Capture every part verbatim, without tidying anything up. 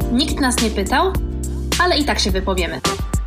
Nikt nas nie pytał, ale i tak się wypowiemy.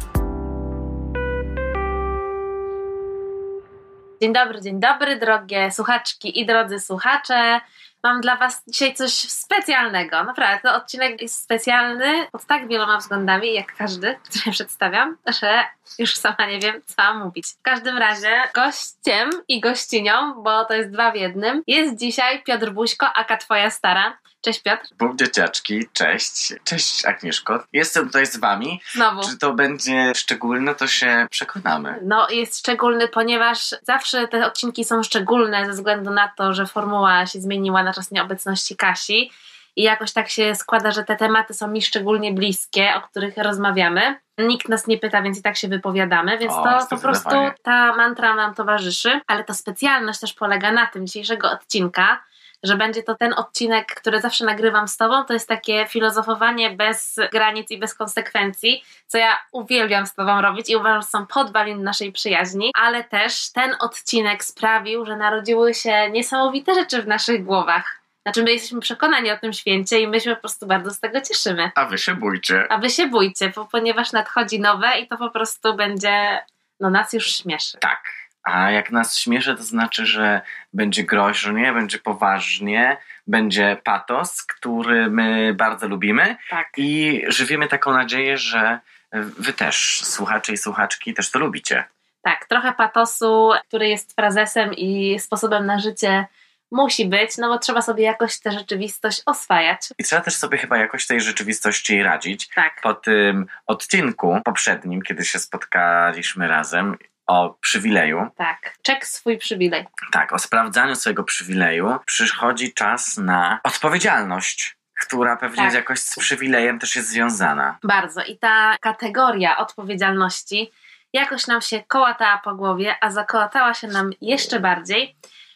Dzień dobry, dzień dobry, drogie słuchaczki i drodzy słuchacze. Mam dla Was dzisiaj coś specjalnego. Naprawdę, ten odcinek jest specjalny pod tak wieloma względami, jak każdy, który przedstawiam, że już sama nie wiem, co mam mówić. W każdym razie gościem i gościnią, bo to jest dwa w jednym, jest dzisiaj Piotr Buźko, aka Twoja stara. Cześć Piotr. Pół dzieciaczki, cześć. Cześć Agnieszko. Jestem tutaj z Wami. Znowu. Czy to będzie szczególne, to się przekonamy. No jest szczególny, ponieważ zawsze te odcinki są szczególne ze względu na to, że formuła się zmieniła na czas nieobecności Kasi i jakoś tak się składa, że te tematy są mi szczególnie bliskie, o których rozmawiamy. Nikt nas nie pyta, więc i tak się wypowiadamy, więc o, to po prostu ta mantra nam towarzyszy, ale ta specjalność też polega na tym dzisiejszego odcinka, że będzie to ten odcinek, który zawsze nagrywam z Tobą, to jest takie filozofowanie bez granic i bez konsekwencji, co ja uwielbiam z Tobą robić i uważam, że są podwalin naszej przyjaźni, ale też ten odcinek sprawił, że narodziły się niesamowite rzeczy w naszych głowach. Znaczy my jesteśmy przekonani o tym święcie i my się po prostu bardzo z tego cieszymy. A Wy się bójcie. A Wy się bójcie, bo, ponieważ nadchodzi nowe i to po prostu będzie, no nas już śmieszy. Tak. A jak nas śmieszy, to znaczy, że będzie groźnie, będzie poważnie, będzie patos, który my bardzo lubimy. Tak. I żywimy taką nadzieję, że Wy też, słuchacze i słuchaczki, też to lubicie. Tak, trochę patosu, który jest frazesem i sposobem na życie musi być, no bo trzeba sobie jakoś tę rzeczywistość oswajać. I trzeba też sobie chyba jakoś tej rzeczywistości radzić. Tak. Po tym odcinku poprzednim, kiedy się spotkaliśmy razem, o przywileju. Tak, czek swój przywilej. Tak, o sprawdzaniu swojego przywileju przychodzi czas na odpowiedzialność, która pewnie tak. jakoś z przywilejem też jest związana. Bardzo. I ta kategoria odpowiedzialności jakoś nam się kołatała po głowie, a zakołatała się nam jeszcze bardziej,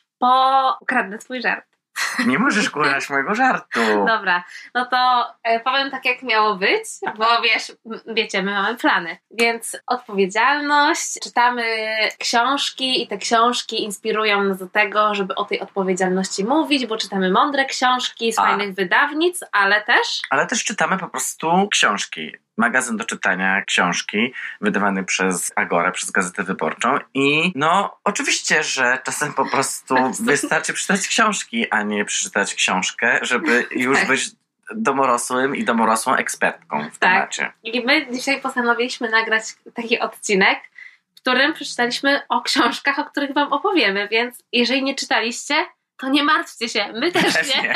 bo ukradnę twój żart. Nie możesz kurać mojego żartu. Dobra, no to e, powiem tak, jak miało być, bo wiesz, m- wiecie, my mamy plany. Więc odpowiedzialność, czytamy książki i te książki inspirują nas do tego, żeby o tej odpowiedzialności mówić, bo czytamy mądre książki z A. fajnych wydawnic, ale też... Ale też czytamy po prostu książki. Magazyn do czytania książki wydawany przez Agorę, przez Gazetę Wyborczą i no oczywiście, że czasem po prostu wystarczy przeczytać książki, a nie przeczytać książkę, żeby już tak. być domorosłym i domorosłą ekspertką w tak. temacie. I my dzisiaj postanowiliśmy nagrać taki odcinek, w którym przeczytaliśmy o książkach, o których wam opowiemy, więc jeżeli nie czytaliście, to nie martwcie się, my też, też nie. nie.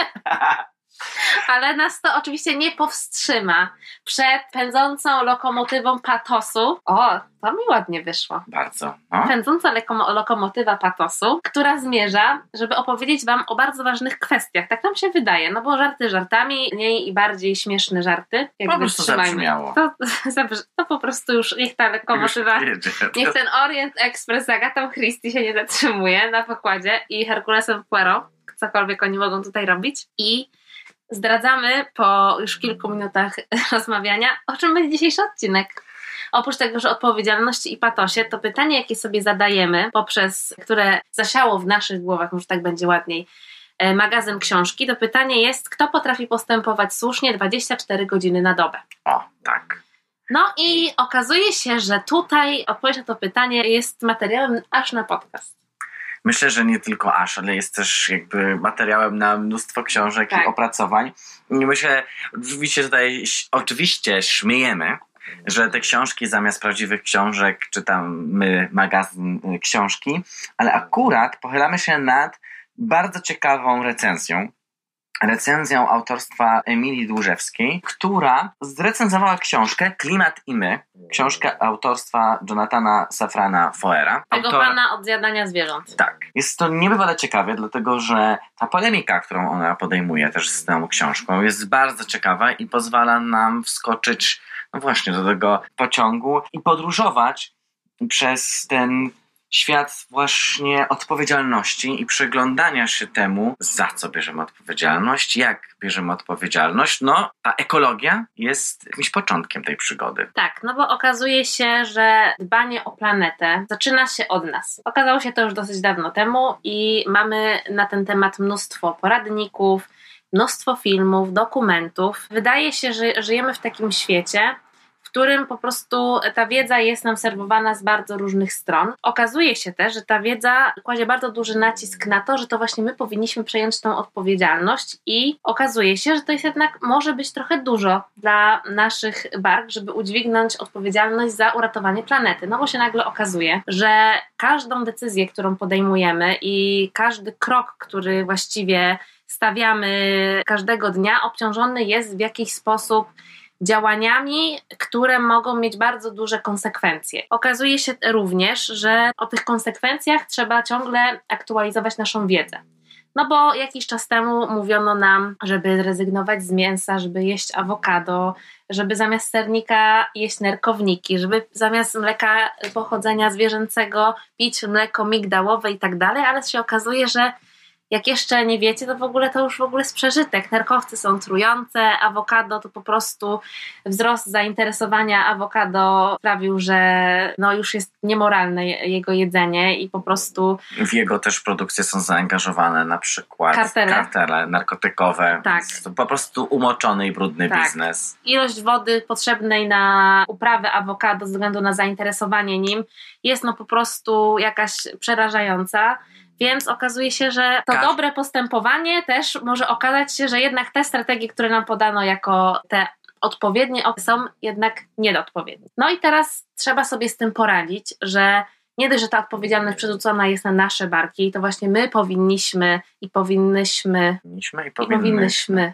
Ale nas to oczywiście nie powstrzyma przed pędzącą lokomotywą patosu. O, to mi ładnie wyszło. Bardzo. No. Pędząca lokom- lokomotywa patosu, która zmierza, żeby opowiedzieć wam o bardzo ważnych kwestiach. Tak nam się wydaje, no bo żarty żartami, mniej i bardziej śmieszne żarty. Po prostu zabrzmiało. To, to po prostu już niech ta lokomotywa, niech ten Orient Express z Agatą Christie się nie zatrzymuje na pokładzie i Herkulesem Poirot, cokolwiek oni mogą tutaj robić. I zdradzamy po już kilku minutach rozmawiania, o czym będzie dzisiejszy odcinek. Oprócz tego, że odpowiedzialności i patosie, to pytanie, jakie sobie zadajemy, poprzez które zasiało w naszych głowach, może tak będzie ładniej, magazyn książki, to pytanie jest, kto potrafi postępować słusznie dwadzieścia cztery godziny na dobę? O, tak. No i okazuje się, że tutaj odpowiedź na to pytanie jest materiałem aż na podcast. Myślę, że nie tylko aż, ale jest też jakby materiałem na mnóstwo książek tak. i opracowań. I myślę, oczywiście tutaj oczywiście śmiejemy, że te książki zamiast prawdziwych książek czytamy magazyn książki, ale akurat pochylamy się nad bardzo ciekawą recenzją. Recenzją autorstwa Emilii Dłużewskiej, która zrecenzowała książkę Klimat i my. Książkę autorstwa Jonathana Safrana Foera. Tego Autor... pana od zjadania zwierząt. Tak. Jest to niebywale ciekawe, dlatego że ta polemika, którą ona podejmuje też z tą książką, jest bardzo ciekawa i pozwala nam wskoczyć no właśnie do tego pociągu i podróżować przez ten świat właśnie odpowiedzialności i przyglądania się temu, za co bierzemy odpowiedzialność, jak bierzemy odpowiedzialność. No, ta ekologia jest jakimś początkiem tej przygody. Tak, no bo okazuje się, że dbanie o planetę zaczyna się od nas. Okazało się to już dosyć dawno temu i mamy na ten temat mnóstwo poradników, mnóstwo filmów, dokumentów. Wydaje się, że żyjemy w takim świecie, w którym po prostu ta wiedza jest nam serwowana z bardzo różnych stron. Okazuje się też, że ta wiedza kładzie bardzo duży nacisk na to, że to właśnie my powinniśmy przejąć tą odpowiedzialność i okazuje się, że to jest jednak może być trochę dużo dla naszych bark, żeby udźwignąć odpowiedzialność za uratowanie planety. No bo się nagle okazuje, że każdą decyzję, którą podejmujemy i każdy krok, który właściwie stawiamy każdego dnia, obciążony jest w jakiś sposób działaniami, które mogą mieć bardzo duże konsekwencje. Okazuje się również, że o tych konsekwencjach trzeba ciągle aktualizować naszą wiedzę. No bo jakiś czas temu mówiono nam, żeby rezygnować z mięsa, żeby jeść awokado, żeby zamiast sernika jeść nerkowniki, żeby zamiast mleka pochodzenia zwierzęcego pić mleko migdałowe i tak dalej, ale się okazuje, że jak jeszcze nie wiecie, to w ogóle to już w ogóle jest przeżytek. Nerkowcy są trujące, awokado to po prostu wzrost zainteresowania awokado sprawił, że no już jest niemoralne jego jedzenie i po prostu... W jego też produkcję są zaangażowane na przykład kartele, kartele narkotykowe. Tak. To po prostu umoczony i brudny tak. biznes. Ilość wody potrzebnej na uprawę awokado ze względu na zainteresowanie nim jest no po prostu jakaś przerażająca. Więc okazuje się, że to Każ... dobre postępowanie też może okazać się, że jednak te strategie, które nam podano jako te odpowiednie, są jednak nieodpowiednie. No i teraz trzeba sobie z tym poradzić, że nie dość, że ta odpowiedzialność przerzucona jest na nasze barki, to właśnie my powinniśmy i powinnyśmy Powinniśmy i i powinnyśmy. powinnyśmy.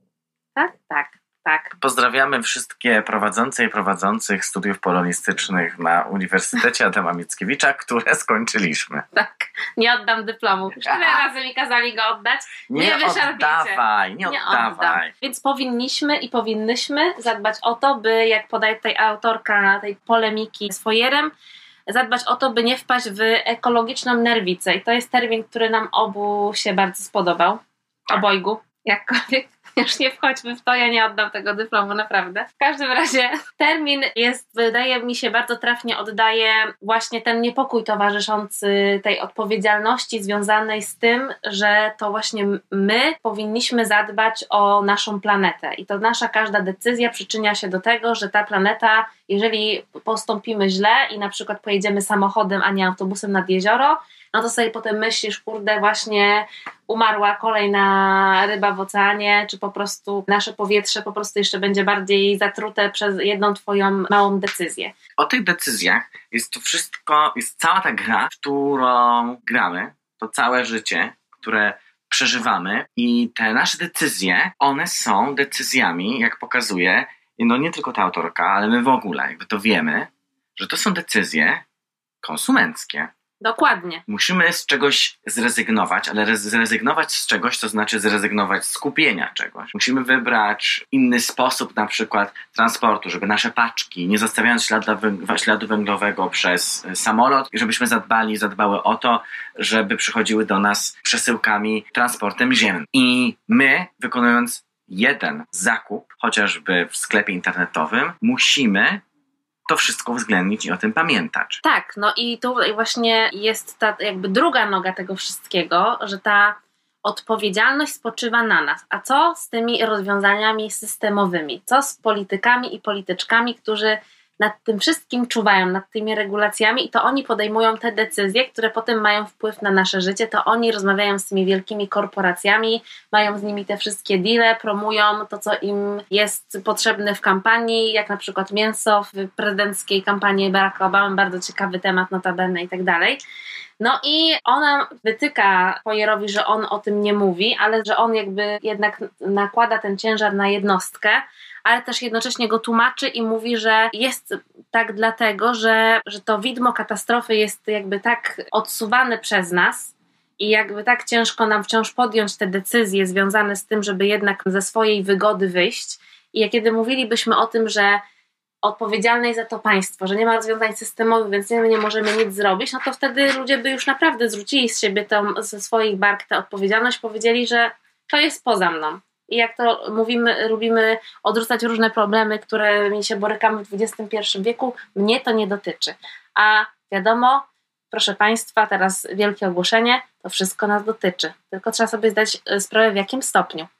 Tak? Tak. Tak. Pozdrawiamy wszystkie prowadzące i prowadzących studiów polonistycznych na Uniwersytecie Adama Mickiewicza, które skończyliśmy. Tak, nie oddam dyplomu. Już tyle razy mi kazali go oddać. Nie, Nie wyszarpiecie. oddawaj, nie, nie oddawaj. Oddam. Więc powinniśmy i powinnyśmy zadbać o to, by, jak podaje tutaj autorka tej polemiki z Foyerem, zadbać o to, by nie wpaść w ekologiczną nerwicę. I to jest termin, który nam obu się bardzo spodobał. Tak. Obojgu. Jakkolwiek już nie wchodźmy w to, ja nie oddam tego dyplomu, naprawdę. W każdym razie termin jest, wydaje mi się, bardzo trafnie oddaje właśnie ten niepokój towarzyszący tej odpowiedzialności związanej z tym, że to właśnie my powinniśmy zadbać o naszą planetę i to nasza każda decyzja przyczynia się do tego, że ta planeta, jeżeli postąpimy źle i na przykład pojedziemy samochodem, a nie autobusem nad jezioro, no to sobie potem myślisz, kurde, właśnie umarła kolejna ryba w oceanie, czy po prostu nasze powietrze po prostu jeszcze będzie bardziej zatrute przez jedną twoją małą decyzję. O tych decyzjach jest to wszystko, jest cała ta gra, w którą gramy, to całe życie, które przeżywamy i te nasze decyzje, one są decyzjami, jak pokazuje, no nie tylko ta autorka, ale my w ogóle, jakby to wiemy, że to są decyzje konsumenckie. Dokładnie. Musimy z czegoś zrezygnować, ale zrezygnować z czegoś to znaczy zrezygnować z kupienia czegoś. Musimy wybrać inny sposób na przykład transportu, żeby nasze paczki, nie zostawiając śladu, śladu węglowego przez samolot, żebyśmy zadbali, zadbały o to, żeby przychodziły do nas przesyłkami transportem ziemnym. I my, wykonując jeden zakup, chociażby w sklepie internetowym, musimy to wszystko uwzględnić i o tym pamiętać. Tak, no i tu właśnie jest ta jakby druga noga tego wszystkiego, że ta odpowiedzialność spoczywa na nas. A co z tymi rozwiązaniami systemowymi? Co z politykami i polityczkami, którzy nad tym wszystkim czuwają, nad tymi regulacjami i to oni podejmują te decyzje, które potem mają wpływ na nasze życie, to oni rozmawiają z tymi wielkimi korporacjami, mają z nimi te wszystkie deale, promują to, co im jest potrzebne w kampanii, jak na przykład mięso w prezydenckiej kampanii Baracka Obamy, bardzo ciekawy temat notabene i tak dalej. No i ona wytyka Foyerowi, że on o tym nie mówi, ale że on jakby jednak nakłada ten ciężar na jednostkę, ale też jednocześnie go tłumaczy i mówi, że jest tak dlatego, że, że to widmo katastrofy jest jakby tak odsuwane przez nas i jakby tak ciężko nam wciąż podjąć te decyzje związane z tym, żeby jednak ze swojej wygody wyjść. I kiedy mówilibyśmy o tym, że odpowiedzialne jest za to państwo, że nie ma rozwiązań systemowych, więc my nie możemy nic zrobić, no to wtedy ludzie by już naprawdę zwrócili z siebie tą, ze swoich bark tę odpowiedzialność, powiedzieli, że to jest poza mną. I jak to mówimy, lubimy odrzucać różne problemy, którymi się borykamy w dwudziestym pierwszym wieku, mnie to nie dotyczy. A wiadomo, proszę Państwa, teraz wielkie ogłoszenie, to wszystko nas dotyczy. Tylko trzeba sobie zdać sprawę, w jakim stopniu.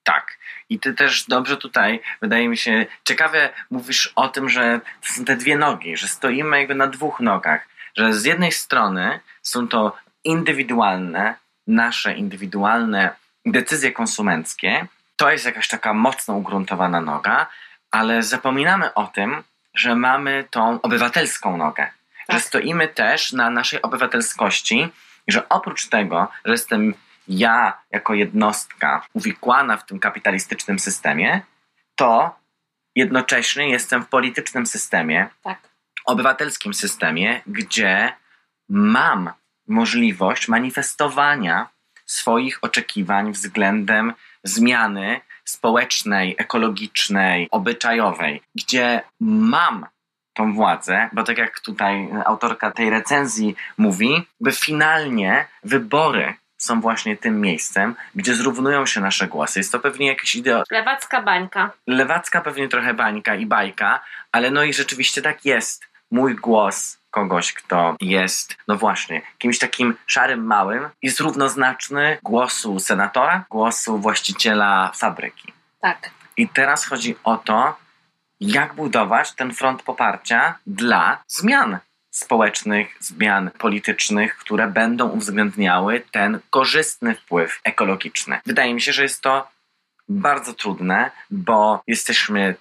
Tak. I ty też dobrze tutaj, wydaje mi się, ciekawie mówisz o tym, że to są te dwie nogi, że stoimy jakby na dwóch nogach. Że z jednej strony są to indywidualne, nasze indywidualne decyzje konsumenckie. To jest jakaś taka mocno ugruntowana noga, ale zapominamy o tym, że mamy tą obywatelską nogę. Tak. Że stoimy też na naszej obywatelskości i że oprócz tego, że jestem ja jako jednostka uwikłana w tym kapitalistycznym systemie, to jednocześnie jestem w politycznym systemie, tak. obywatelskim systemie, gdzie mam możliwość manifestowania swoich oczekiwań względem zmiany społecznej, ekologicznej, obyczajowej, gdzie mam tą władzę, bo tak jak tutaj autorka tej recenzji mówi, by finalnie wybory są właśnie tym miejscem, gdzie zrównują się nasze głosy. Jest to pewnie jakiś ideo... Lewacka bańka. Lewacka pewnie trochę bańka i bajka, ale no i rzeczywiście tak jest. Mój głos kogoś, kto jest, no właśnie, kimś takim szarym małym, jest równoznaczny głosu senatora, głosu właściciela fabryki. Tak. I teraz chodzi o to, jak budować ten front poparcia dla zmian społecznych, zmian politycznych, które będą uwzględniały ten korzystny wpływ ekologiczny. Wydaje mi się, że jest to bardzo trudne, bo jesteśmy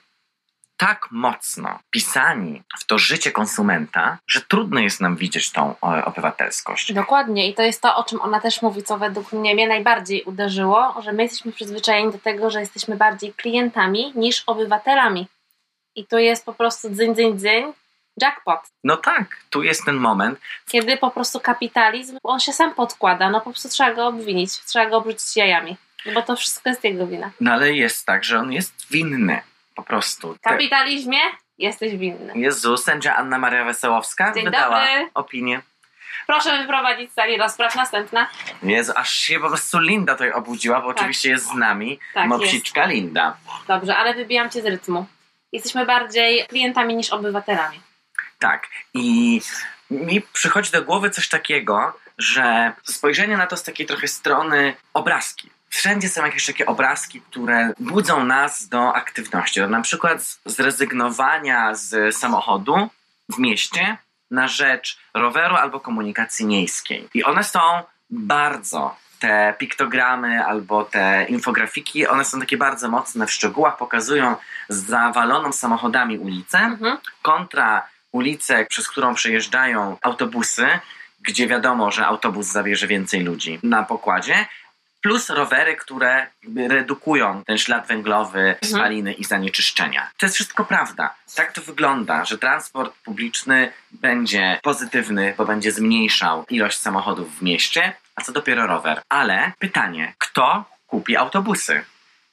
tak mocno pisani w to życie konsumenta, że trudno jest nam widzieć tą obywatelskość. Dokładnie i to jest to, o czym ona też mówi, co według mnie, mnie najbardziej uderzyło, że my jesteśmy przyzwyczajeni do tego, że jesteśmy bardziej klientami niż obywatelami. I tu jest po prostu dzyń, dzyń, dzyń, jackpot. No tak, tu jest ten moment. Kiedy po prostu kapitalizm, on się sam podkłada, no po prostu trzeba go obwinić, trzeba go obrzucić jajami, bo to wszystko jest jego wina. No ale jest tak, że on jest winny. Po prostu. W kapitalizmie jesteś winny. Jezu, sędzia Anna Maria Wesołowska Dzień wydała dobry. opinię. Proszę wyprowadzić z sali rozpraw. Następna. Jezu, aż się po prostu Linda tutaj obudziła, bo tak. Oczywiście jest z nami tak, mopsiczka jest. Linda. Dobrze, ale wybijam cię z rytmu. Jesteśmy bardziej klientami niż obywatelami. Tak. I mi przychodzi do głowy coś takiego, że spojrzenie na to z takiej trochę strony obrazki. Wszędzie są jakieś takie obrazki, które budzą nas do aktywności. Na przykład zrezygnowania z samochodu w mieście na rzecz roweru albo komunikacji miejskiej. I one są bardzo, te piktogramy albo te infografiki, one są takie bardzo mocne, w szczegółach pokazują zawaloną samochodami ulicę mhm. kontra ulicę, przez którą przejeżdżają autobusy, gdzie wiadomo, że autobus zabierze więcej ludzi na pokładzie. Plus rowery, które redukują ten ślad węglowy, spaliny mhm. i zanieczyszczenia. To jest wszystko prawda. Tak to wygląda, że transport publiczny będzie pozytywny, bo będzie zmniejszał ilość samochodów w mieście, a co dopiero rower. Ale pytanie, kto kupi autobusy?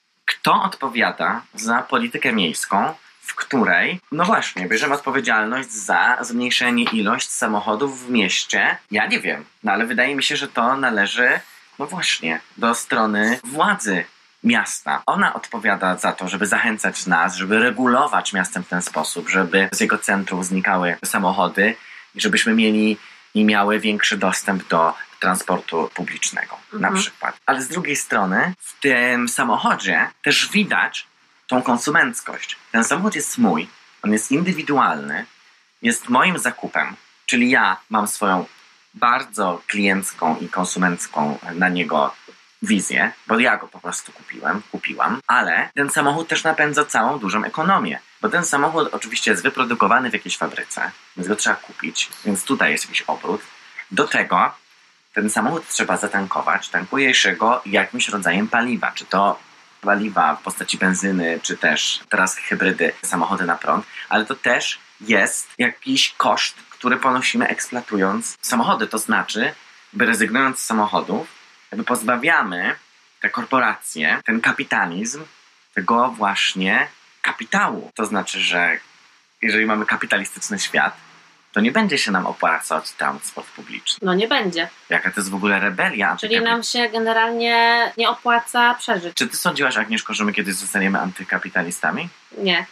Kto odpowiada za politykę miejską, w której, no właśnie, bierzemy odpowiedzialność za zmniejszenie ilość samochodów w mieście? Ja nie wiem, no ale wydaje mi się, że to należy no właśnie, do strony władzy miasta. Ona odpowiada za to, żeby zachęcać nas, żeby regulować miastem w ten sposób, żeby z jego centrum znikały samochody i żebyśmy mieli i miały większy dostęp do transportu publicznego mhm. na przykład. Ale z drugiej strony w tym samochodzie też widać tą konsumenckość. Ten samochód jest mój, on jest indywidualny, jest moim zakupem, czyli ja mam swoją bardzo kliencką i konsumencką na niego wizję, bo ja go po prostu kupiłem, kupiłam, ale ten samochód też napędza całą dużą ekonomię, bo ten samochód oczywiście jest wyprodukowany w jakiejś fabryce, więc go trzeba kupić, więc tutaj jest jakiś obrót. Do tego ten samochód trzeba zatankować, tankuje się go jakimś rodzajem paliwa, czy to paliwa w postaci benzyny, czy też teraz hybrydy, samochody na prąd, ale to też jest jakiś koszt, który ponosimy eksploatując samochody. To znaczy, by rezygnując z samochodów, jakby pozbawiamy te korporacje, ten kapitalizm, tego właśnie kapitału. To znaczy, że jeżeli mamy kapitalistyczny świat, to nie będzie się nam opłacać transport publiczny. No nie będzie. Jaka to jest w ogóle rebelia? Czyli nam się generalnie nie opłaca przeżyć. Czy ty sądziłaś, Agnieszko, że my kiedyś zostaniemy antykapitalistami? Nie.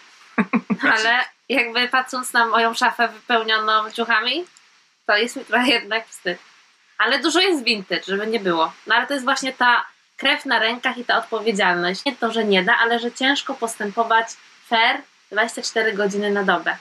Ale jakby patrząc na moją szafę wypełnioną ciuchami, to jest mi trochę jednak wstyd. Ale dużo jest vintage, żeby nie było. No ale to jest właśnie ta krew na rękach i ta odpowiedzialność. Nie to, że nie da, ale że ciężko postępować fair dwadzieścia cztery godziny na dobę.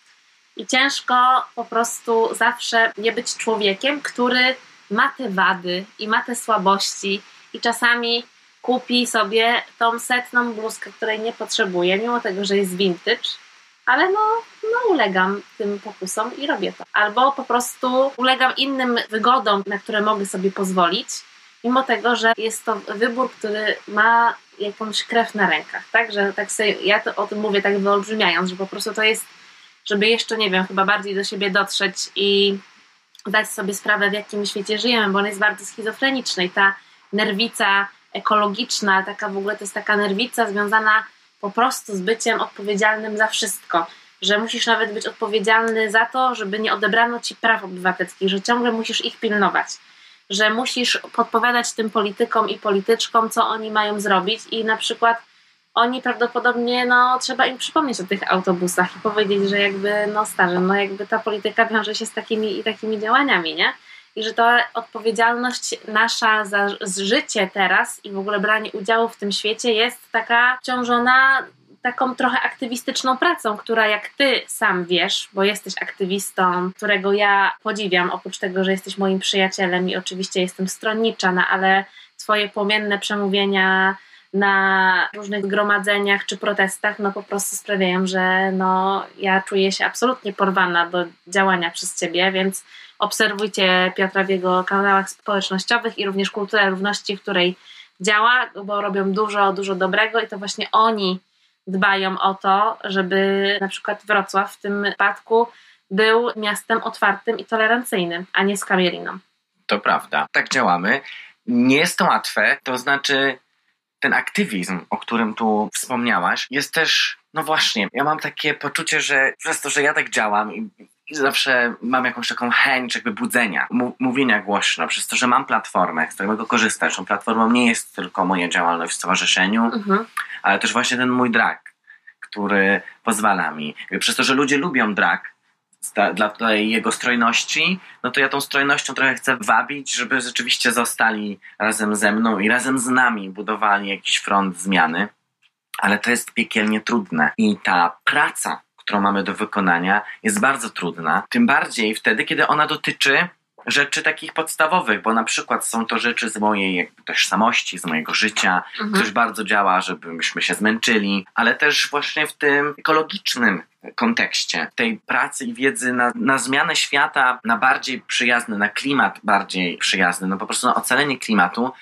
I ciężko po prostu zawsze nie być człowiekiem, który ma te wady i ma te słabości i czasami kupi sobie tą setną bluzkę, której nie potrzebuje, mimo tego, że jest vintage, ale no, no ulegam tym pokusom i robię to. Albo po prostu ulegam innym wygodom, na które mogę sobie pozwolić, mimo tego, że jest to wybór, który ma jakąś krew na rękach, tak? Że tak sobie, ja to, o tym mówię tak wyolbrzymiając, że po prostu to jest, żeby jeszcze, nie wiem, chyba bardziej do siebie dotrzeć i zdać sobie sprawę, w jakim świecie żyjemy, bo on jest bardzo schizofreniczny i ta nerwica ekologiczna, taka w ogóle to jest taka nerwica związana po prostu z byciem odpowiedzialnym za wszystko, że musisz nawet być odpowiedzialny za to, żeby nie odebrano ci praw obywatelskich, że ciągle musisz ich pilnować, że musisz podpowiadać tym politykom i polityczkom, co oni mają zrobić i na przykład oni prawdopodobnie, no trzeba im przypomnieć o tych autobusach i powiedzieć, że jakby, no starzy, no jakby ta polityka wiąże się z takimi i takimi działaniami, nie? I że ta odpowiedzialność nasza za życie teraz i w ogóle branie udziału w tym świecie jest taka obciążona taką trochę aktywistyczną pracą, która jak ty sam wiesz, bo jesteś aktywistą, którego ja podziwiam, oprócz tego, że jesteś moim przyjacielem i oczywiście jestem stronnicza, no ale twoje płomienne przemówienia na różnych zgromadzeniach czy protestach, no po prostu sprawiają, że no ja czuję się absolutnie porwana do działania przez ciebie, więc obserwujcie Piotra w jego kanałach społecznościowych i również Kultura Równości, w której działa, bo robią dużo, dużo dobrego i to właśnie oni dbają o to, żeby na przykład Wrocław w tym wypadku był miastem otwartym i tolerancyjnym, a nie skamieliną. To prawda. Tak działamy. Nie jest to łatwe, to znaczy ten aktywizm, o którym tu wspomniałaś, jest też, no właśnie, ja mam takie poczucie, że przez to, że ja tak działam i, i zawsze mam jakąś taką chęć jakby budzenia, m- mówienia głośno, przez to, że mam platformę, z której mogę korzystać. Tą platformą nie jest tylko moja działalność w stowarzyszeniu, mhm. ale też właśnie ten mój drag, który pozwala mi, przez to, że ludzie lubią drag, dla tej jego strojności, no to ja tą strojnością trochę chcę wabić, żeby rzeczywiście zostali razem ze mną i razem z nami budowali jakiś front zmiany, ale to jest piekielnie trudne i ta praca, którą mamy do wykonania, jest bardzo trudna, tym bardziej wtedy, kiedy ona dotyczy rzeczy takich podstawowych, bo na przykład są to rzeczy z mojej jakby tożsamości, z mojego życia, mhm. coś bardzo działa, żebyśmy się zmęczyli, ale też właśnie w tym ekologicznym kontekście tej pracy i wiedzy na, na zmianę świata, na bardziej przyjazny, na klimat bardziej przyjazny, no po prostu na ocalenie klimatu,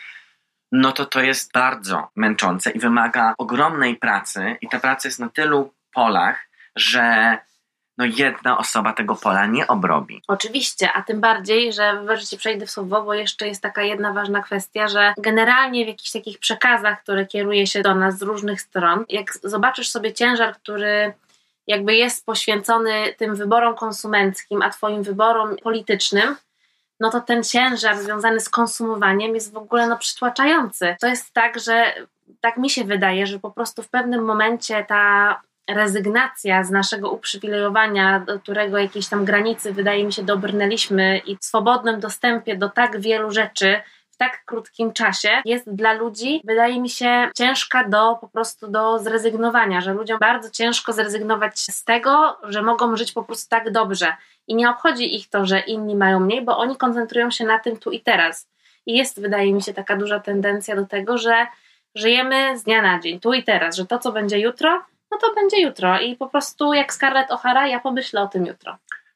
no to to jest bardzo męczące i wymaga ogromnej pracy i ta praca jest na tylu polach, że no jedna osoba tego pola nie obrobi. Oczywiście, a tym bardziej, że wreszcie przejdę w słowo, bo jeszcze jest taka jedna ważna kwestia, że generalnie w jakichś takich przekazach, które kieruje się do nas z różnych stron, jak zobaczysz sobie ciężar, który jakby jest poświęcony tym wyborom konsumenckim, a twoim wyborom politycznym, no to ten ciężar związany z konsumowaniem jest w ogóle no przytłaczający. To jest tak, że tak mi się wydaje, że po prostu w pewnym momencie ta rezygnacja z naszego uprzywilejowania, do którego jakiejś tam granicy wydaje mi się dobrnęliśmy i w swobodnym dostępie do tak wielu rzeczy w tak krótkim czasie jest dla ludzi, wydaje mi się, ciężka do po prostu do zrezygnowania, że ludziom bardzo ciężko zrezygnować z tego, że mogą żyć po prostu tak dobrze i nie obchodzi ich to, że inni mają mniej, bo oni koncentrują się na tym tu i teraz i jest, wydaje mi się, taka duża tendencja do tego, że żyjemy z dnia na dzień, tu i teraz, że to, co będzie jutro, no to będzie jutro i po prostu jak Scarlett O'Hara ja pomyślę o tym jutro.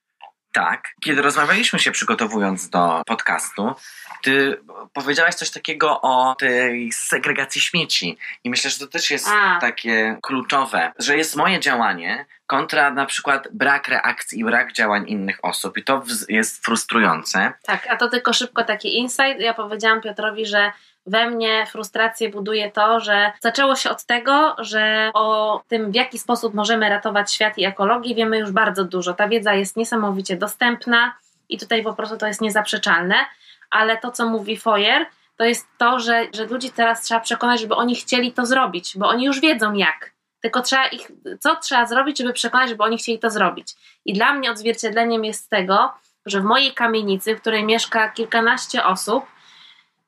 Tak, kiedy rozmawialiśmy się przygotowując do podcastu, ty powiedziałaś coś takiego o tej segregacji śmieci i myślę, że to też jest a. takie kluczowe, że jest moje działanie kontra na przykład brak reakcji i brak działań innych osób i to jest frustrujące. Tak, a to tylko szybko taki insight. Ja powiedziałam Piotrowi, że we mnie frustrację buduje to, że zaczęło się od tego, że o tym, w jaki sposób możemy ratować świat i ekologię, wiemy już bardzo dużo. Ta wiedza jest niesamowicie dostępna i tutaj po prostu to jest niezaprzeczalne, ale to, co mówi Foyer, to jest to, że, że ludzi teraz trzeba przekonać, żeby oni chcieli to zrobić, bo oni już wiedzą jak. Tylko trzeba ich, co trzeba zrobić, żeby przekonać, żeby oni chcieli to zrobić. I dla mnie odzwierciedleniem jest tego, że w mojej kamienicy, w której mieszka kilkanaście osób,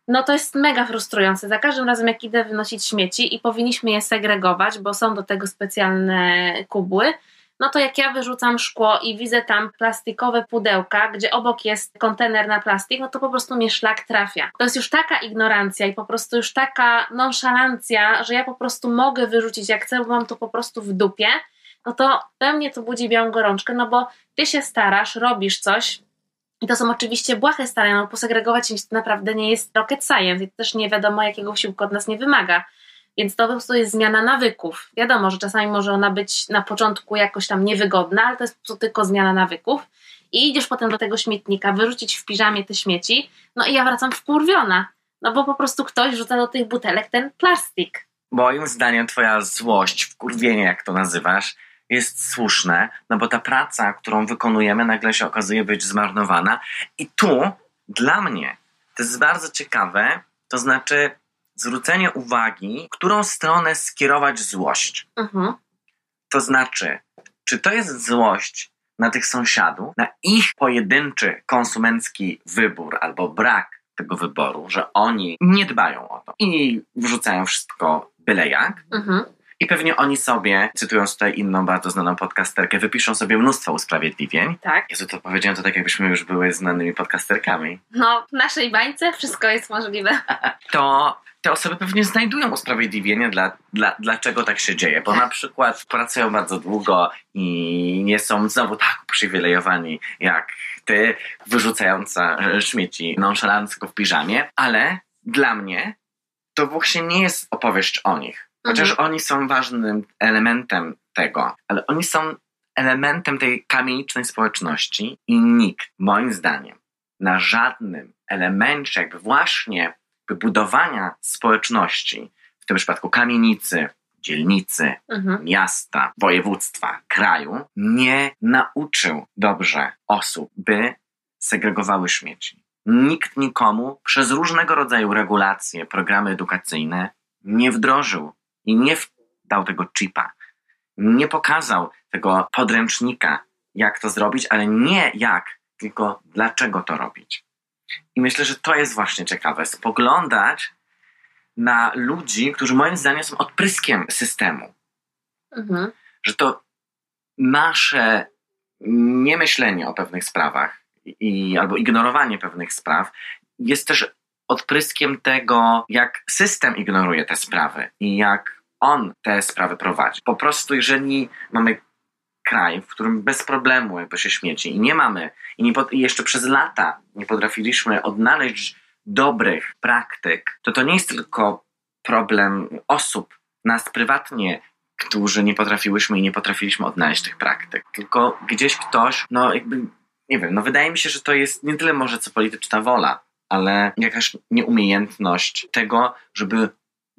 no to jest mega frustrujące. Za każdym razem, jak idę wynosić śmieci i powinniśmy je segregować, bo są do tego specjalne kubły, no to jak ja wyrzucam szkło i widzę tam plastikowe pudełka, gdzie obok jest kontener na plastik, no to po prostu mnie szlak trafia. To jest już taka ignorancja i po prostu już taka nonszalancja, że ja po prostu mogę wyrzucić jak chcę, bo mam to po prostu w dupie, no to we mnie to budzi białą gorączkę, no bo ty się starasz, robisz coś i to są oczywiście błahe starania, no posegregować śmieci to naprawdę nie jest rocket science i też nie wiadomo jakiego wysiłku od nas nie wymaga. Więc to po prostu jest zmiana nawyków. Wiadomo, że czasami może ona być na początku jakoś tam niewygodna, ale to jest po prostu tylko zmiana nawyków. I idziesz potem do tego śmietnika, wyrzucić w piżamie te śmieci, no i ja wracam wkurwiona. No bo po prostu ktoś rzuca do tych butelek ten plastik. Moim zdaniem twoja złość, wkurwienie, jak to nazywasz, jest słuszne, no bo ta praca, którą wykonujemy, nagle się okazuje być zmarnowana. I tu, dla mnie, to jest bardzo ciekawe, to znaczy zwrócenie uwagi, w którą stronę skierować złość. Mhm. To znaczy, czy to jest złość na tych sąsiadów, na ich pojedynczy konsumencki wybór albo brak tego wyboru, że oni nie dbają o to i wrzucają wszystko byle jak. Mhm. I pewnie oni sobie, cytując tutaj inną bardzo znaną podcasterkę, wypiszą sobie mnóstwo usprawiedliwień. Tak. Jezu, to powiedziałem to tak, jakbyśmy już były znanymi podcasterkami. No, w naszej bańce wszystko jest możliwe. To te osoby pewnie znajdują usprawiedliwienie, dla, dla, dlaczego tak się dzieje. Bo na przykład pracują bardzo długo i nie są znowu tak uprzywilejowani jak ty, wyrzucająca śmieci nonszalancko w piżamie. Ale dla mnie to właśnie nie jest opowieść o nich. Chociaż mhm. oni są ważnym elementem tego, ale oni są elementem tej kamienicznej społeczności i nikt, moim zdaniem, na żadnym elemencie jakby właśnie wybudowania społeczności, w tym przypadku kamienicy, dzielnicy, mhm. miasta, województwa, kraju, nie nauczył dobrze osób, by segregowały śmieci. Nikt nikomu przez różnego rodzaju regulacje, programy edukacyjne nie wdrożył i nie dał tego chipa. Nie pokazał tego podręcznika, jak to zrobić, ale nie jak, tylko dlaczego to robić. I myślę, że to jest właśnie ciekawe. Spoglądać na ludzi, którzy moim zdaniem są odpryskiem systemu. Mhm. Że to nasze niemyślenie o pewnych sprawach i, albo ignorowanie pewnych spraw jest też odpryskiem tego, jak system ignoruje te sprawy i jak on te sprawy prowadzi. Po prostu jeżeli mamy kraj, w którym bez problemu jakby się śmieci i nie mamy, i, nie pod, i jeszcze przez lata nie potrafiliśmy odnaleźć dobrych praktyk, to to nie jest tylko problem osób, nas prywatnie, którzy nie potrafiłyśmy i nie potrafiliśmy odnaleźć tych praktyk. Tylko gdzieś ktoś, no jakby, nie wiem, no wydaje mi się, że to jest nie tyle może co polityczna wola, ale jakaś nieumiejętność tego, żeby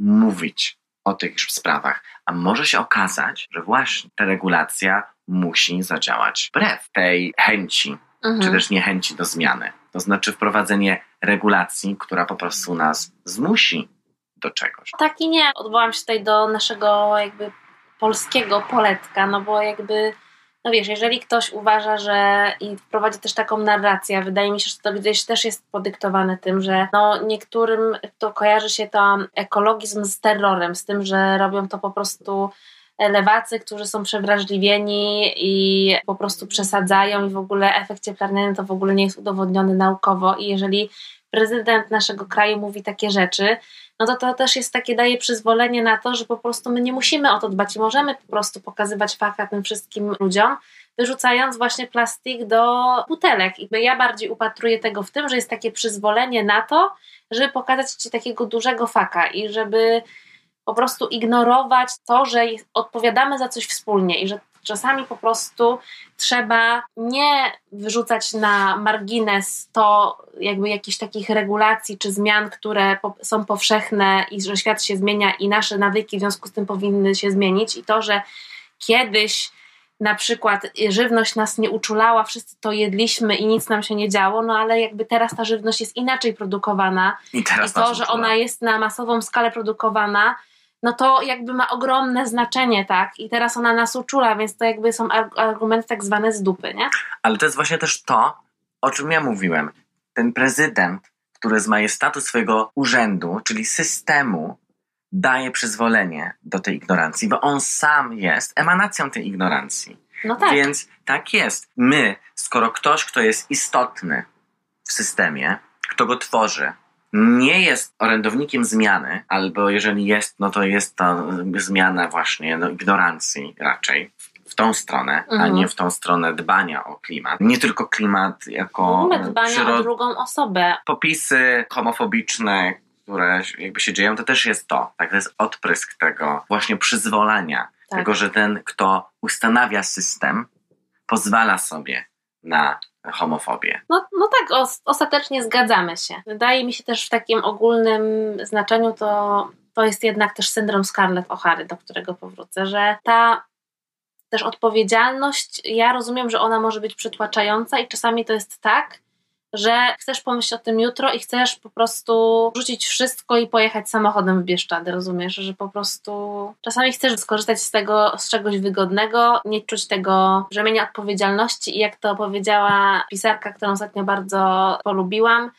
mówić o tych sprawach. A może się okazać, że właśnie ta regulacja musi zadziałać wbrew tej chęci, mhm. czy też niechęci do zmiany. To znaczy wprowadzenie regulacji, która po prostu nas zmusi do czegoś. Tak i nie. Odwołam się tutaj do naszego jakby polskiego poletka, no bo jakby no wiesz, jeżeli ktoś uważa, że i wprowadzi też taką narrację, wydaje mi się, że to gdzieś też jest podyktowane tym, że no niektórym to kojarzy się to ekologizm z terrorem, z tym, że robią to po prostu lewacy, którzy są przewrażliwieni i po prostu przesadzają i w ogóle efekt cieplarniany to w ogóle nie jest udowodniony naukowo i jeżeli prezydent naszego kraju mówi takie rzeczy, no to to też jest takie, daje przyzwolenie na to, że po prostu my nie musimy o to dbać i możemy po prostu pokazywać fakta tym wszystkim ludziom, wyrzucając właśnie plastik do butelek. I ja bardziej upatruję tego w tym, że jest takie przyzwolenie na to, żeby pokazać ci takiego dużego faka i żeby po prostu ignorować to, że odpowiadamy za coś wspólnie i że czasami po prostu trzeba nie wyrzucać na margines to jakby jakichś takich regulacji czy zmian, które po, są powszechne i że świat się zmienia i nasze nawyki w związku z tym powinny się zmienić i to, że kiedyś na przykład żywność nas nie uczulała, wszyscy to jedliśmy i nic nam się nie działo, no ale jakby teraz ta żywność jest inaczej produkowana i, i to, że ona jest na masową skalę produkowana, no to jakby ma ogromne znaczenie, tak? I teraz ona nas uczula, więc to jakby są argumenty tak zwane z dupy, nie? Ale to jest właśnie też to, o czym ja mówiłem. Ten prezydent który z majestatu swojego urzędu, czyli systemu, daje przyzwolenie do tej ignorancji, bo on sam jest emanacją tej ignorancji. No tak. Więc tak jest. My, skoro ktoś, kto jest istotny w systemie, kto go tworzy, nie jest orędownikiem zmiany, albo jeżeli jest, no to jest to zmiana właśnie no, ignorancji raczej, w tą stronę, mhm. a nie w tą stronę dbania o klimat. Nie tylko klimat jako no, dbania przyrod... o drugą osobę. Popisy homofobiczne, które jakby się dzieją, to też jest to. Tak, to jest odprysk tego właśnie przyzwolenia. Tak. Tego, że ten, kto ustanawia system, pozwala sobie na homofobię. No, no tak, os- ostatecznie zgadzamy się. Wydaje mi się też w takim ogólnym znaczeniu to, to jest jednak też syndrom Scarlett O'Hary, do którego powrócę, że ta też odpowiedzialność, ja rozumiem, że ona może być przytłaczająca i czasami to jest tak, że chcesz pomyśleć o tym jutro i chcesz po prostu rzucić wszystko i pojechać samochodem w Bieszczady, rozumiesz? Że po prostu czasami chcesz skorzystać z tego, z czegoś wygodnego, nie czuć tego brzemienia odpowiedzialności i jak to powiedziała pisarka, którą ostatnio bardzo polubiłam,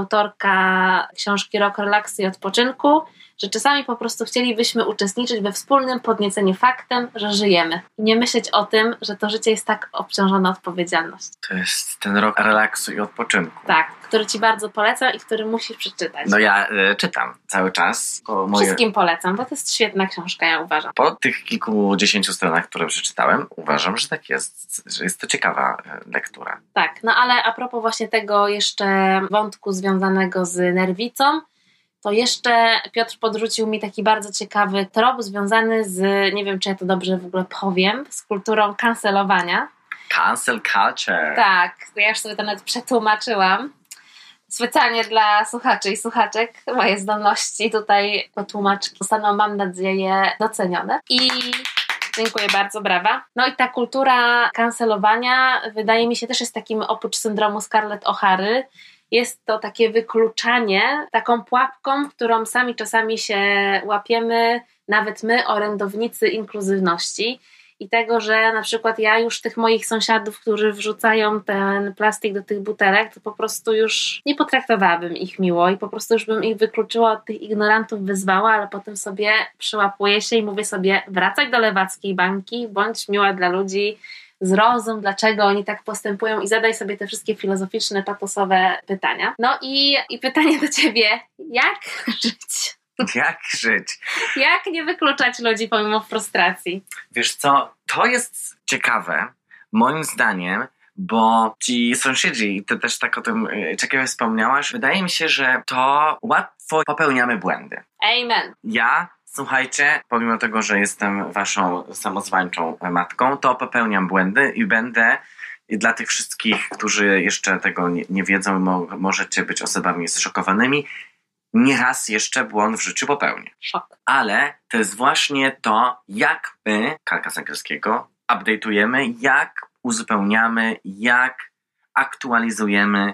autorka książki Rok relaksu i odpoczynku, że czasami po prostu chcielibyśmy uczestniczyć we wspólnym podnieceniu faktem, że żyjemy. I nie myśleć o tym, że to życie jest tak obciążone odpowiedzialnością. To jest ten rok relaksu i odpoczynku. Tak, który ci bardzo polecam i który musisz przeczytać. No ja y, czytam cały czas. Moje... Wszystkim polecam, bo to jest świetna książka, ja uważam. Po tych kilkudziesięciu stronach, które przeczytałem, uważam, że tak jest, że jest to ciekawa lektura. Tak, no ale a propos właśnie tego jeszcze wątku związanego z nerwicą, to jeszcze Piotr podrzucił mi taki bardzo ciekawy trop związany z, nie wiem czy ja to dobrze w ogóle powiem, z kulturą cancelowania. Cancel culture. Tak, ja już sobie to nawet przetłumaczyłam. Specjalnie dla słuchaczy i słuchaczek moje zdolności tutaj po tłumaczki zostaną, mam nadzieję, docenione. I dziękuję bardzo, brawa. No i ta kultura cancelowania wydaje mi się też jest takim, oprócz syndromu Scarlett O'Hary, jest to takie wykluczanie, taką pułapką, którą sami czasami się łapiemy, nawet my, orędownicy inkluzywności i tego, że na przykład ja już tych moich sąsiadów, którzy wrzucają ten plastik do tych butelek, to po prostu już nie potraktowałabym ich miło i po prostu już bym ich wykluczyła, od tych ignorantów wyzwała, ale potem sobie przyłapuję się i mówię sobie, wracaj do lewackiej bańki, bądź miła dla ludzi, zrozum, dlaczego oni tak postępują i zadaj sobie te wszystkie filozoficzne, patosowe pytania. No i, i pytanie do ciebie, jak żyć? Jak żyć? Jak nie wykluczać ludzi pomimo frustracji? Wiesz co, to jest ciekawe, moim zdaniem, bo ci sąsiedzi, i ty też tak o tym ciekawie wspomniałaś, wydaje mi się, że to łatwo popełniamy błędy. Amen. Ja Słuchajcie, pomimo tego, że jestem waszą samozwańczą matką, to popełniam błędy i będę, i dla tych wszystkich, którzy jeszcze tego nie, nie wiedzą, mo, możecie być osobami zszokowanymi, nieraz jeszcze błąd w życiu popełnię. Szok. Ale to jest właśnie to, jak my, kalka z angielskiego, update'ujemy, jak uzupełniamy, jak aktualizujemy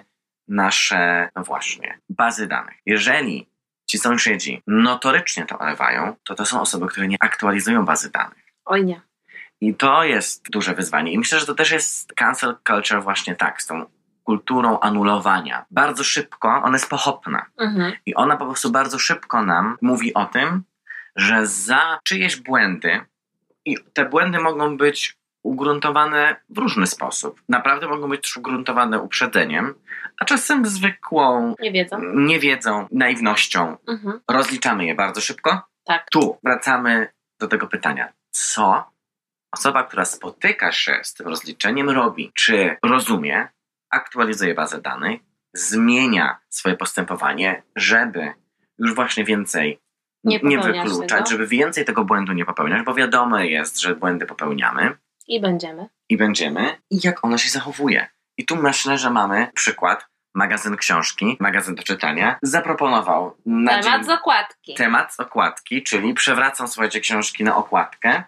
nasze, no właśnie, bazy danych. Jeżeli ci sąsiedzi notorycznie to olewają, to to są osoby, które nie aktualizują bazy danych. Oj nie. I to jest duże wyzwanie. I myślę, że to też jest cancel culture właśnie tak, z tą kulturą anulowania. Bardzo szybko, ona jest pochopna. Mhm. I ona po prostu bardzo szybko nam mówi o tym, że za czyjeś błędy, i te błędy mogą być ugruntowane w różny sposób. Naprawdę mogą być ugruntowane uprzedzeniem, a czasem zwykłą niewiedzą, niewiedzą naiwnością. Mhm. Rozliczamy je bardzo szybko. Tak. Tu wracamy do tego pytania. Co osoba, która spotyka się z tym rozliczeniem, robi? Czy rozumie, aktualizuje bazę danych, zmienia swoje postępowanie, żeby już właśnie więcej nie, nie wykluczać, tego. żeby więcej tego błędu nie popełniać, bo wiadomo jest, że błędy popełniamy. I będziemy. I będziemy. I jak ona się zachowuje. I tu myślę, że mamy przykład. Magazyn książki, magazyn do czytania, zaproponował na temat dzień, z okładki. Temat z okładki, czyli przewracam, słuchajcie, książki na okładkę.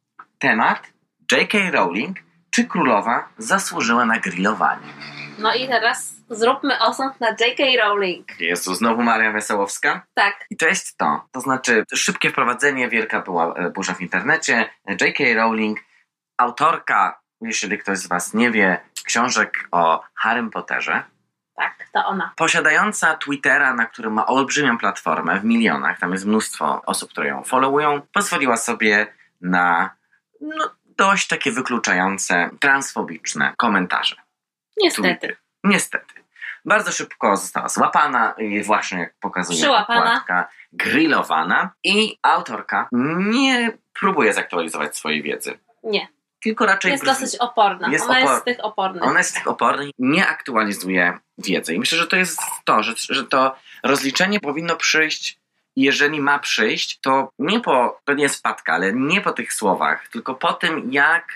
Temat J K. Rowling, czy królowa zasłużyła na grillowanie? No i teraz zróbmy osąd na J K. Rowling. Jezu, znowu Maria Wesołowska? Tak. I to jest to. To znaczy, szybkie wprowadzenie, wielka była burza w internecie. J K. Rowling, autorka, jeśli ktoś z was nie wie, książek o Harrym Potterze. Tak, to ona. Posiadająca Twittera, na którym ma olbrzymią platformę w milionach, tam jest mnóstwo osób, które ją followują, pozwoliła sobie na no, dość takie wykluczające, transfobiczne komentarze. Niestety. Tweety. Niestety. Bardzo szybko została złapana i właśnie jak pokazuje Przyłapana. okładka, grillowana i autorka nie próbuje zaktualizować swojej wiedzy. Nie. Tylko raczej... Jest dosyć oporna. Jest ona opor... jest z tych opornych. Ona jest z tych opornych. Nie aktualizuje wiedzy. I myślę, że to jest to, że, że to rozliczenie powinno przyjść, jeżeli ma przyjść, to nie po... To nie jest wpadka, ale nie po tych słowach, tylko po tym, jak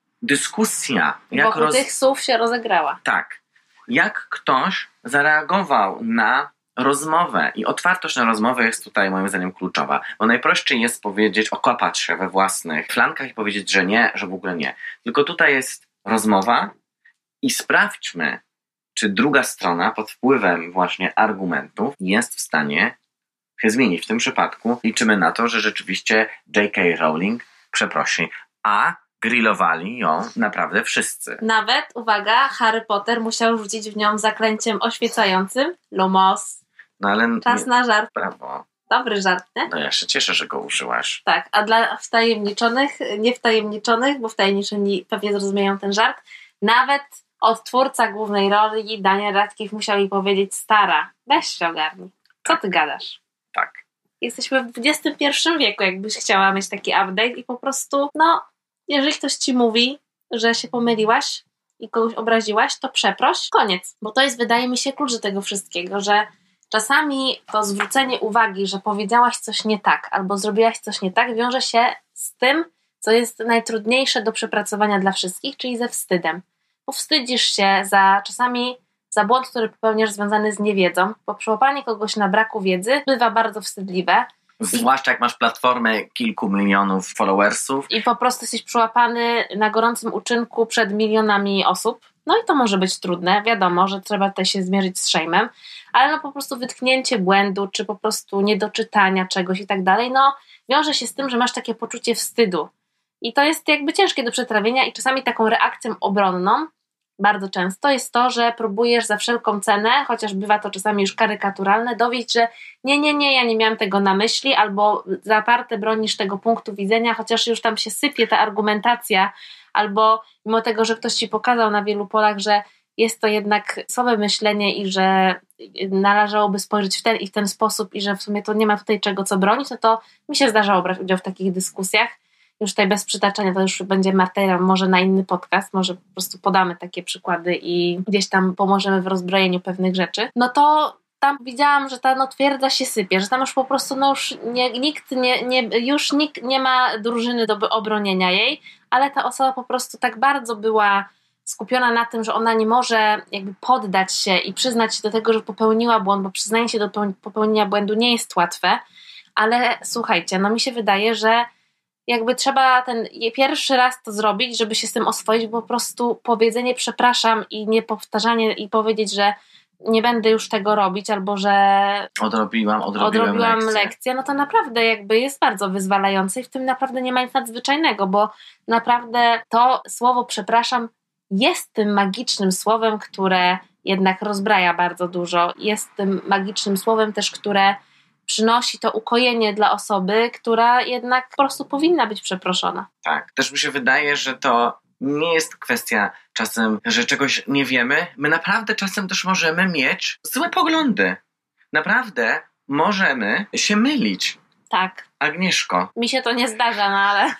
dyskusja... Jak Wokół roz... tych słów się rozegrała. Tak. Jak ktoś zareagował na rozmowę i otwartość na rozmowę jest tutaj moim zdaniem kluczowa, bo najprościej jest powiedzieć, okopać się we własnych flankach i powiedzieć, że nie, że w ogóle nie. Tylko tutaj jest rozmowa i sprawdźmy, czy druga strona pod wpływem właśnie argumentów jest w stanie się zmienić. W tym przypadku liczymy na to, że rzeczywiście J K Rowling przeprosi, a grillowali ją naprawdę wszyscy. Nawet, uwaga, Harry Potter musiał rzucić w nią zaklęciem oświecającym Lumos. No ale Czas nie, na żart. Brawo. Dobry żart, nie? No ja się cieszę, że go użyłaś. Tak, a dla wtajemniczonych, niewtajemniczonych, bo wtajemniczeni pewnie zrozumieją ten żart, nawet odtwórca głównej roli, Daniel Radcliffe, musiał jej powiedzieć: stara, weź się ogarnij. Co ty gadasz? Tak. Jesteśmy w dwudziestym pierwszym wieku, jakbyś chciała mieć taki update i po prostu, no, jeżeli ktoś ci mówi, że się pomyliłaś i kogoś obraziłaś, to przeproś, koniec. Bo to jest, wydaje mi się, klucz do tego wszystkiego, że czasami to zwrócenie uwagi, że powiedziałaś coś nie tak albo zrobiłaś coś nie tak, wiąże się z tym, co jest najtrudniejsze do przepracowania dla wszystkich, czyli ze wstydem. Bo wstydzisz się za czasami za błąd, który popełniasz związany z niewiedzą, bo przyłapanie kogoś na braku wiedzy bywa bardzo wstydliwe. Zwłaszcza jak masz platformę kilku milionów followersów. I po prostu jesteś przyłapany na gorącym uczynku przed milionami osób. No i to może być trudne, wiadomo, że trzeba tutaj się zmierzyć z shame'em, ale no po prostu wytknięcie błędu, czy po prostu niedoczytania czegoś i tak dalej, no wiąże się z tym, że masz takie poczucie wstydu. I to jest jakby ciężkie do przetrawienia i czasami taką reakcją obronną bardzo często jest to, że próbujesz za wszelką cenę, chociaż bywa to czasami już karykaturalne, dowieść, że nie, nie, nie, ja nie miałam tego na myśli, albo zaparte bronisz tego punktu widzenia, chociaż już tam się sypie ta argumentacja, albo mimo tego, że ktoś ci pokazał na wielu polach, że jest to jednak słabe myślenie i że należałoby spojrzeć w ten i w ten sposób i że w sumie to nie ma tutaj czego co bronić, no to mi się zdarzało brać udział w takich dyskusjach. Już tutaj bez przytaczania, to już będzie materiał może na inny podcast, może po prostu podamy takie przykłady i gdzieś tam pomożemy w rozbrojeniu pewnych rzeczy. No to tam widziałam, że ta no, twierdza się sypie, że tam już po prostu no już nie, nikt nie, nie, już nikt nie ma drużyny do obronienia jej, ale ta osoba po prostu tak bardzo była skupiona na tym, że ona nie może jakby poddać się i przyznać się do tego, że popełniła błąd, bo przyznanie się do popełnienia błędu nie jest łatwe, ale słuchajcie, no mi się wydaje, że jakby trzeba ten pierwszy raz to zrobić, żeby się z tym oswoić, bo po prostu powiedzenie przepraszam i nie powtarzanie i powiedzieć, że nie będę już tego robić, albo że odrobiłam, odrobiłem odrobiłam lekcję. lekcję, no to naprawdę jakby jest bardzo wyzwalające i w tym naprawdę nie ma nic nadzwyczajnego, bo naprawdę to słowo przepraszam jest tym magicznym słowem, które jednak rozbraja bardzo dużo. Jest tym magicznym słowem też, które przynosi to ukojenie dla osoby, która jednak po prostu powinna być przeproszona. Tak, też mi się wydaje, że to nie jest kwestia czasem, że czegoś nie wiemy. My naprawdę czasem też możemy mieć złe poglądy. Naprawdę możemy się mylić. Tak. Agnieszko. Mi się to nie zdarza, no ale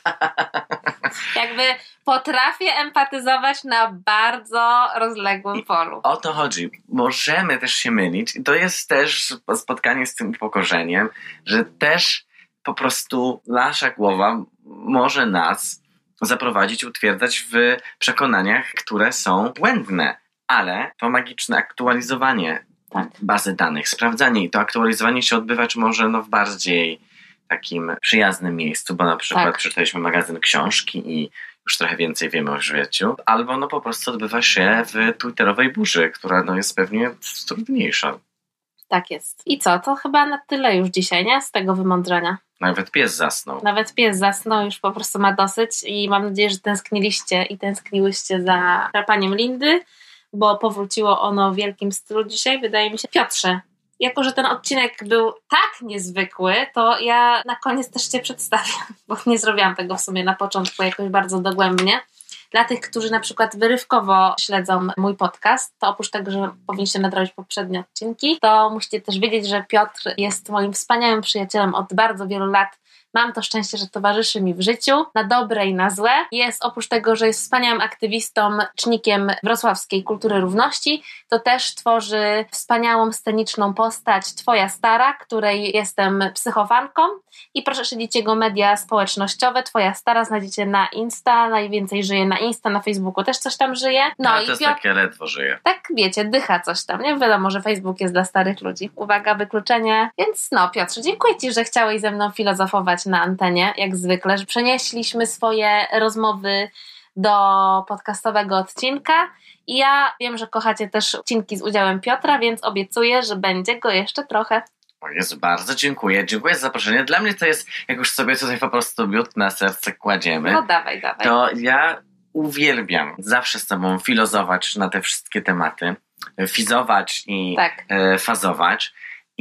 jakby potrafię empatyzować na bardzo rozległym polu. O to chodzi. Możemy też się mylić i to jest też spotkanie z tym upokorzeniem, że też po prostu nasza głowa może nas zaprowadzić, utwierdzać w przekonaniach, które są błędne, ale to magiczne aktualizowanie tak. bazy danych, sprawdzanie i to aktualizowanie się odbywa czy może no w bardziej takim przyjaznym miejscu, bo na przykład tak. przeczytaliśmy magazyn książki i już trochę więcej wiemy o życiu, albo no po prostu odbywa się w twitterowej burzy, która no jest pewnie trudniejsza. Tak jest. I co? To chyba na tyle już dzisiaj, nie? Z tego wymądrzenia. Nawet pies zasnął. Nawet pies zasnął, już po prostu ma dosyć i mam nadzieję, że tęskniliście i tęskniłyście za chlapaniem Lindy, bo powróciło ono w wielkim stylu dzisiaj, wydaje mi się. Piotrze, jako że ten odcinek był tak niezwykły, to ja na koniec też Cię przedstawię, bo nie zrobiłam tego w sumie na początku jakoś bardzo dogłębnie. Dla tych, którzy na przykład wyrywkowo śledzą mój podcast, to oprócz tego, że powinniście nadrobić poprzednie odcinki, to musicie też wiedzieć, że Piotr jest moim wspaniałym przyjacielem od bardzo wielu lat. Mam to szczęście, że towarzyszy mi w życiu, na dobre i na złe. Jest oprócz tego, że jest wspaniałym aktywistą, cznikiem wrocławskiej kultury równości, to też tworzy wspaniałą sceniczną postać Twoja Stara, której jestem psychofanką i proszę śledzić jego media społecznościowe. Twoja Stara znajdziecie na Insta, najwięcej żyje na Insta, na Facebooku też coś tam żyje. No, ale i to jest Piotr, takie ledwo żyje. Tak, wiecie, dycha coś tam, nie? Wiadomo, że Facebook jest dla starych ludzi. Uwaga, wykluczenie. Więc no, Piotrze, dziękuję Ci, że chciałeś ze mną filozofować na antenie, jak zwykle, że przenieśliśmy swoje rozmowy do podcastowego odcinka i ja wiem, że kochacie też odcinki z udziałem Piotra, więc obiecuję, że będzie go jeszcze trochę. O Jezu, bardzo dziękuję. Dziękuję za zaproszenie. Dla mnie to jest, jak już sobie tutaj po prostu miód na serce kładziemy. No dawaj, dawaj. To ja uwielbiam zawsze z tobą filozować na te wszystkie tematy, fizować i tak. e, fazować.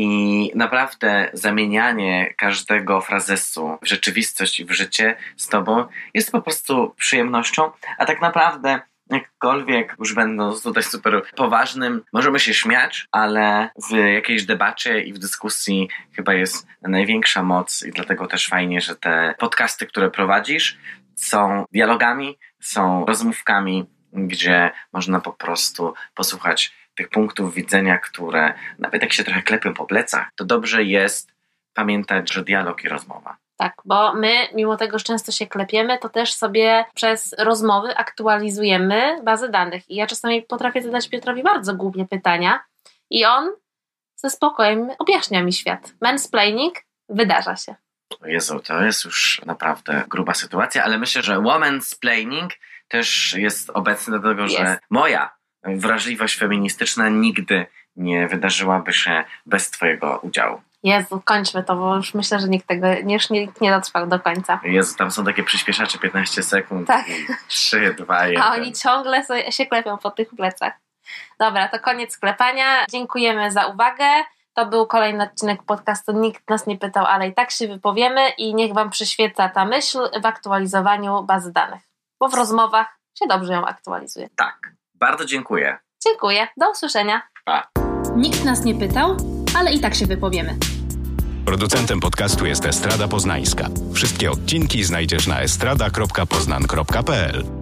I naprawdę zamienianie każdego frazesu w rzeczywistość i w życie z tobą jest po prostu przyjemnością, a tak naprawdę jakkolwiek już będąc tutaj super poważnym, możemy się śmiać, ale w jakiejś debacie i w dyskusji chyba jest największa moc i dlatego też fajnie, że te podcasty, które prowadzisz, są dialogami, są rozmówkami, gdzie można po prostu posłuchać tych punktów widzenia, które nawet jak się trochę klepią po plecach, to dobrze jest pamiętać, że dialog i rozmowa. Tak, bo my, mimo tego, że często się klepiemy, to też sobie przez rozmowy aktualizujemy bazę danych. I ja czasami potrafię zadać Piotrowi bardzo głupie pytania i on ze spokojem objaśnia mi świat. Mansplaining wydarza się. Jezu, to jest już naprawdę gruba sytuacja, ale myślę, że womansplaining też jest obecny do tego, jest. że moja wrażliwość feministyczna nigdy nie wydarzyłaby się bez twojego udziału. Jezu, kończmy to, bo już myślę, że nikt tego już nikt nie dotrwał do końca. Jezu, tam są takie przyspieszacze piętnaście sekund. Tak. trzy, dwa, jeden. A oni ciągle sobie się klepią po tych plecach. Dobra, to koniec klepania. Dziękujemy za uwagę. To był kolejny odcinek podcastu Nikt nas nie pytał, ale i tak się wypowiemy i niech wam przyświeca ta myśl w aktualizowaniu bazy danych. Bo w rozmowach się dobrze ją aktualizuje. Tak. Bardzo dziękuję. Dziękuję. Do usłyszenia. Pa. Nikt nas nie pytał, ale i tak się wypowiemy. Producentem podcastu jest Estrada Poznańska. Wszystkie odcinki znajdziesz na estrada kropka poznan kropka p l.